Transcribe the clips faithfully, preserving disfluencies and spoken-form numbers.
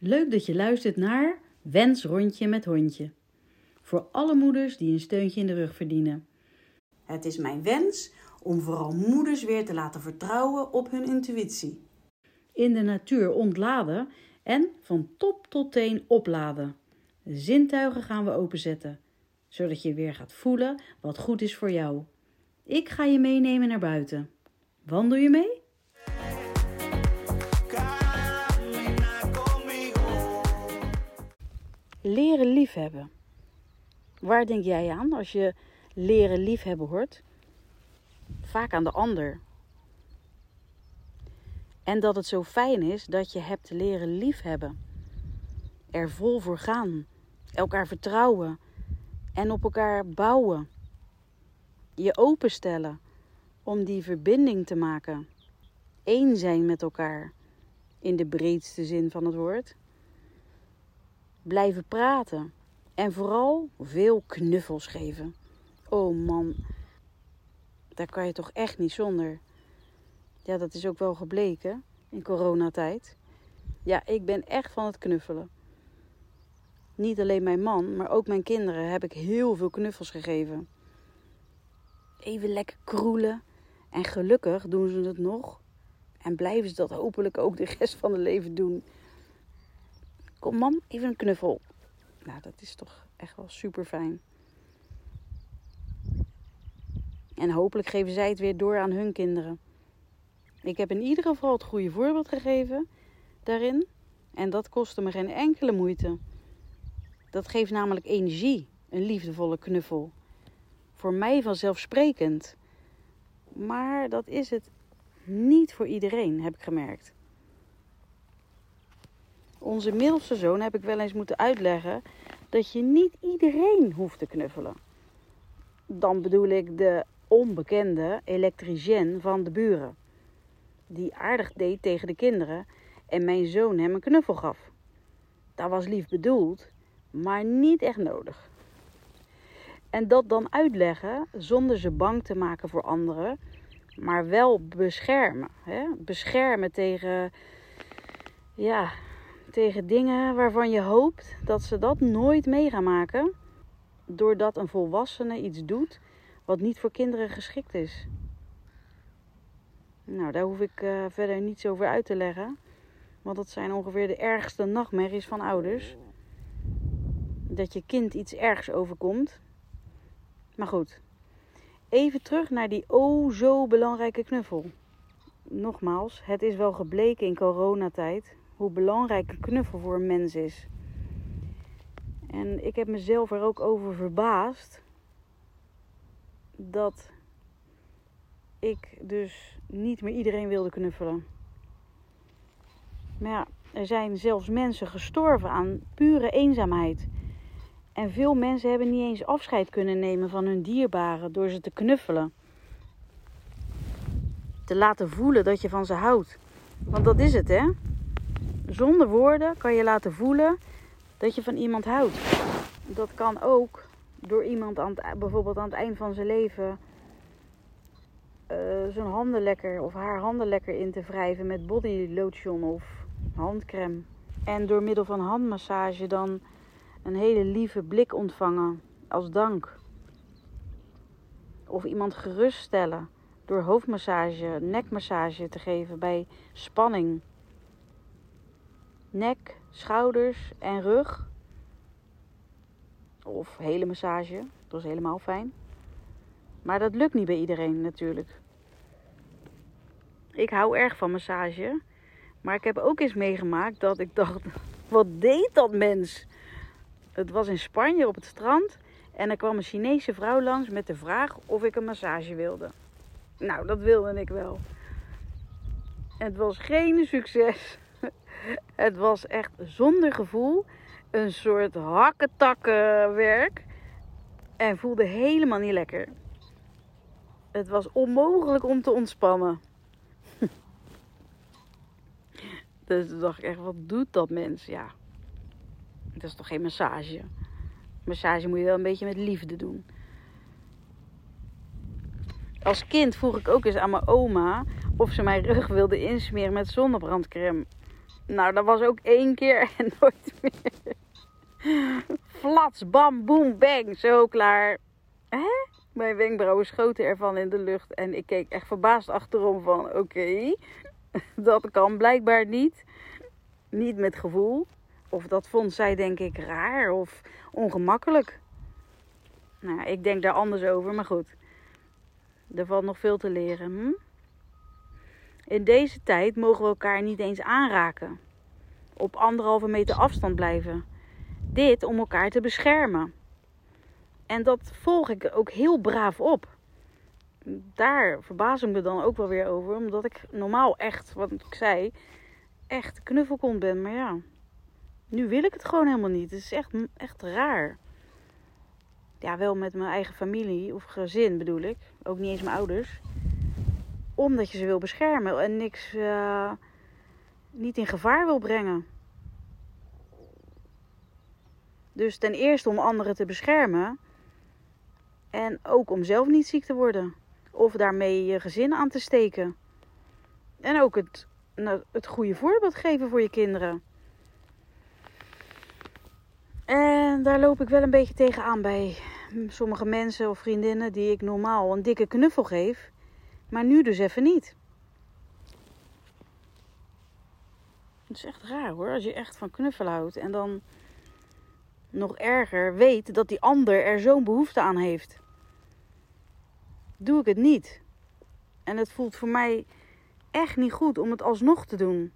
Leuk dat je luistert naar Wensrondje met Hondje. Voor alle moeders die een steuntje in de rug verdienen. Het is mijn wens om vooral moeders weer te laten vertrouwen op hun intuïtie. In de natuur ontladen en van top tot teen opladen. De zintuigen gaan we openzetten, zodat je weer gaat voelen wat goed is voor jou. Ik ga je meenemen naar buiten. Wandel je mee? Leren liefhebben. Waar denk jij aan als je leren liefhebben hoort? Vaak aan de ander. En dat het zo fijn is dat je hebt leren liefhebben. Er vol voor gaan. Elkaar vertrouwen. En op elkaar bouwen. Je openstellen om die verbinding te maken. Eén zijn met elkaar. In de breedste zin van het woord. Blijven praten. En vooral veel knuffels geven. Oh man, daar kan je toch echt niet zonder. Ja, dat is ook wel gebleken in coronatijd. Ja, ik ben echt van het knuffelen. Niet alleen mijn man, maar ook mijn kinderen heb ik heel veel knuffels gegeven. Even lekker kroelen. En gelukkig doen ze het nog. En blijven ze dat hopelijk ook de rest van hun leven doen. Kom mam, even een knuffel. Nou, dat is toch echt wel super fijn. En hopelijk geven zij het weer door aan hun kinderen. Ik heb in ieder geval het goede voorbeeld gegeven daarin. En dat kostte me geen enkele moeite. Dat geeft namelijk energie, een liefdevolle knuffel. Voor mij vanzelfsprekend. Maar dat is het niet voor iedereen, heb ik gemerkt. Onze middelste zoon heb ik wel eens moeten uitleggen dat je niet iedereen hoeft te knuffelen. Dan bedoel ik de onbekende elektricien van de buren. Die aardig deed tegen de kinderen en mijn zoon hem een knuffel gaf. Dat was lief bedoeld, maar niet echt nodig. En dat dan uitleggen zonder ze bang te maken voor anderen, maar wel beschermen. Hè? Beschermen tegen, ja, tegen dingen waarvan je hoopt dat ze dat nooit mee gaan maken, doordat een volwassene iets doet wat niet voor kinderen geschikt is. Nou, daar hoef ik uh, verder niets over uit te leggen. Want dat zijn ongeveer de ergste nachtmerries van ouders. Dat je kind iets ergs overkomt. Maar goed. Even terug naar die o zo belangrijke knuffel. Nogmaals, het is wel gebleken in coronatijd hoe belangrijk een knuffel voor een mens is. En ik heb mezelf er ook over verbaasd dat ik dus niet meer iedereen wilde knuffelen. Maar ja, er zijn zelfs mensen gestorven aan pure eenzaamheid. En veel mensen hebben niet eens afscheid kunnen nemen van hun dierbaren door ze te knuffelen. Te laten voelen dat je van ze houdt. Want dat is het, hè? Zonder woorden kan je laten voelen dat je van iemand houdt. Dat kan ook door iemand aan het, bijvoorbeeld aan het eind van zijn leven uh, zijn handen lekker of haar handen lekker in te wrijven met body lotion of handcrème. En door middel van handmassage dan een hele lieve blik ontvangen als dank. Of iemand geruststellen door hoofdmassage, nekmassage te geven bij spanning. Nek, schouders en rug. Of hele massage, dat is helemaal fijn. Maar dat lukt niet bij iedereen natuurlijk. Ik hou erg van massage. Maar ik heb ook eens meegemaakt dat ik dacht, wat deed dat mens? Het was in Spanje op het strand. En er kwam een Chinese vrouw langs met de vraag of ik een massage wilde. Nou, dat wilde ik wel. Het was geen succes. Het was echt zonder gevoel. Een soort hakketakkenwerk. En voelde helemaal niet lekker. Het was onmogelijk om te ontspannen. Dus toen dacht ik echt, wat doet dat mens? Ja, dat is toch geen massage? Massage moet je wel een beetje met liefde doen. Als kind vroeg ik ook eens aan mijn oma of ze mijn rug wilde insmeren met zonnebrandcrème. Nou, dat was ook één keer en nooit meer. Flats, bam, boem, bang, zo klaar. Hè? Mijn wenkbrauwen schoten ervan in de lucht. En ik keek echt verbaasd achterom van, oké, okay, dat kan blijkbaar niet. Niet met gevoel. Of dat vond zij denk ik raar of ongemakkelijk. Nou, ik denk daar anders over, maar goed. Er valt nog veel te leren. Hm? In deze tijd mogen we elkaar niet eens aanraken. Op anderhalve meter afstand blijven. Dit om elkaar te beschermen. En dat volg ik ook heel braaf op. Daar verbaas ik me dan ook wel weer over. Omdat ik normaal echt, wat ik zei, echt knuffelkont ben. Maar ja, nu wil ik het gewoon helemaal niet. Het is echt, echt raar. Ja, wel met mijn eigen familie of gezin bedoel ik. Ook niet eens mijn ouders. Omdat je ze wil beschermen en niks uh, niet in gevaar wil brengen. Dus ten eerste om anderen te beschermen. En ook om zelf niet ziek te worden. Of daarmee je gezin aan te steken. En ook het, het goede voorbeeld geven voor je kinderen. En daar loop ik wel een beetje tegenaan bij sommige mensen of vriendinnen die ik normaal een dikke knuffel geef. Maar nu dus even niet. Het is echt raar hoor, als je echt van knuffelen houdt. En dan nog erger weet dat die ander er zo'n behoefte aan heeft. Doe ik het niet. En het voelt voor mij echt niet goed om het alsnog te doen.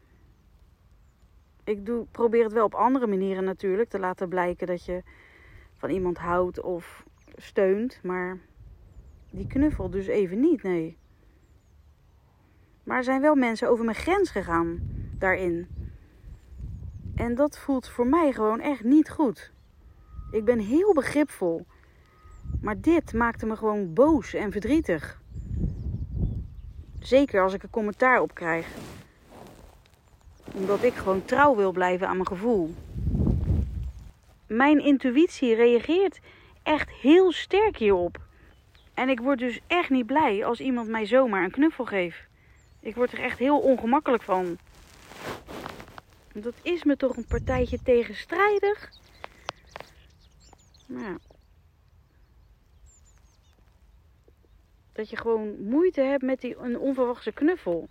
Ik doe, probeer het wel op andere manieren natuurlijk. Te laten blijken dat je van iemand houdt of steunt. Maar die knuffel dus even niet, nee. Maar er zijn wel mensen over mijn grens gegaan daarin. En dat voelt voor mij gewoon echt niet goed. Ik ben heel begripvol. Maar dit maakte me gewoon boos en verdrietig. Zeker als ik er commentaar op krijg. Omdat ik gewoon trouw wil blijven aan mijn gevoel. Mijn intuïtie reageert echt heel sterk hierop. En ik word dus echt niet blij als iemand mij zomaar een knuffel geeft. Ik word er echt heel ongemakkelijk van. Dat is me toch een partijtje tegenstrijdig. Nou ja. Dat je gewoon moeite hebt met die, een onverwachte knuffel.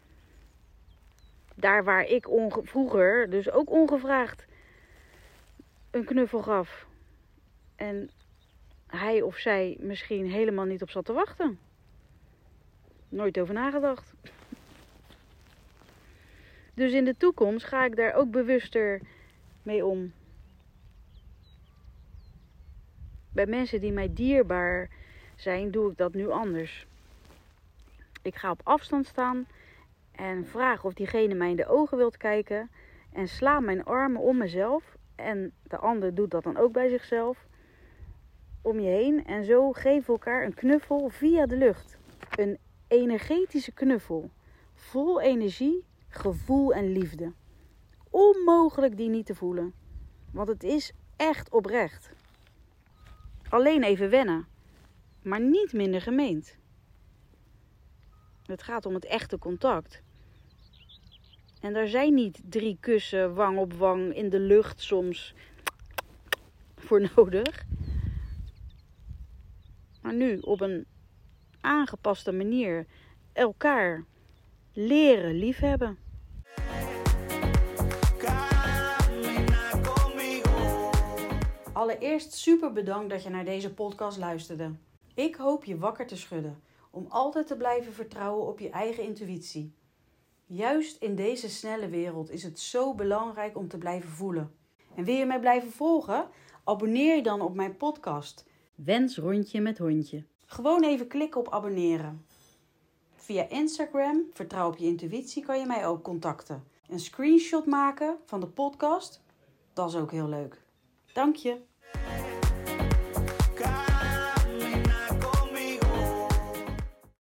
Daar waar ik onge- vroeger dus ook ongevraagd een knuffel gaf. En hij of zij misschien helemaal niet op zat te wachten. Nooit over nagedacht. Dus in de toekomst ga ik daar ook bewuster mee om. Bij mensen die mij dierbaar zijn, doe ik dat nu anders. Ik ga op afstand staan en vraag of diegene mij in de ogen wilt kijken. En sla mijn armen om mezelf. En de ander doet dat dan ook bij zichzelf. Om je heen. En zo geven we elkaar een knuffel via de lucht. Een energetische knuffel. Vol energie, gevoel en liefde. Onmogelijk die niet te voelen. Want het is echt oprecht. Alleen even wennen. Maar niet minder gemeend. Het gaat om het echte contact. En daar zijn niet drie kussen wang op wang in de lucht soms voor nodig. Maar nu op een aangepaste manier elkaar leren liefhebben. Allereerst super bedankt dat je naar deze podcast luisterde. Ik hoop je wakker te schudden om altijd te blijven vertrouwen op je eigen intuïtie. Juist in deze snelle wereld is het zo belangrijk om te blijven voelen. En wil je mij blijven volgen? Abonneer je dan op mijn podcast Wensrondje met Hondje. Gewoon even klikken op abonneren. Via Instagram, Vertrouw op je intuïtie, kan je mij ook contacten. Een screenshot maken van de podcast, dat is ook heel leuk. Dank je.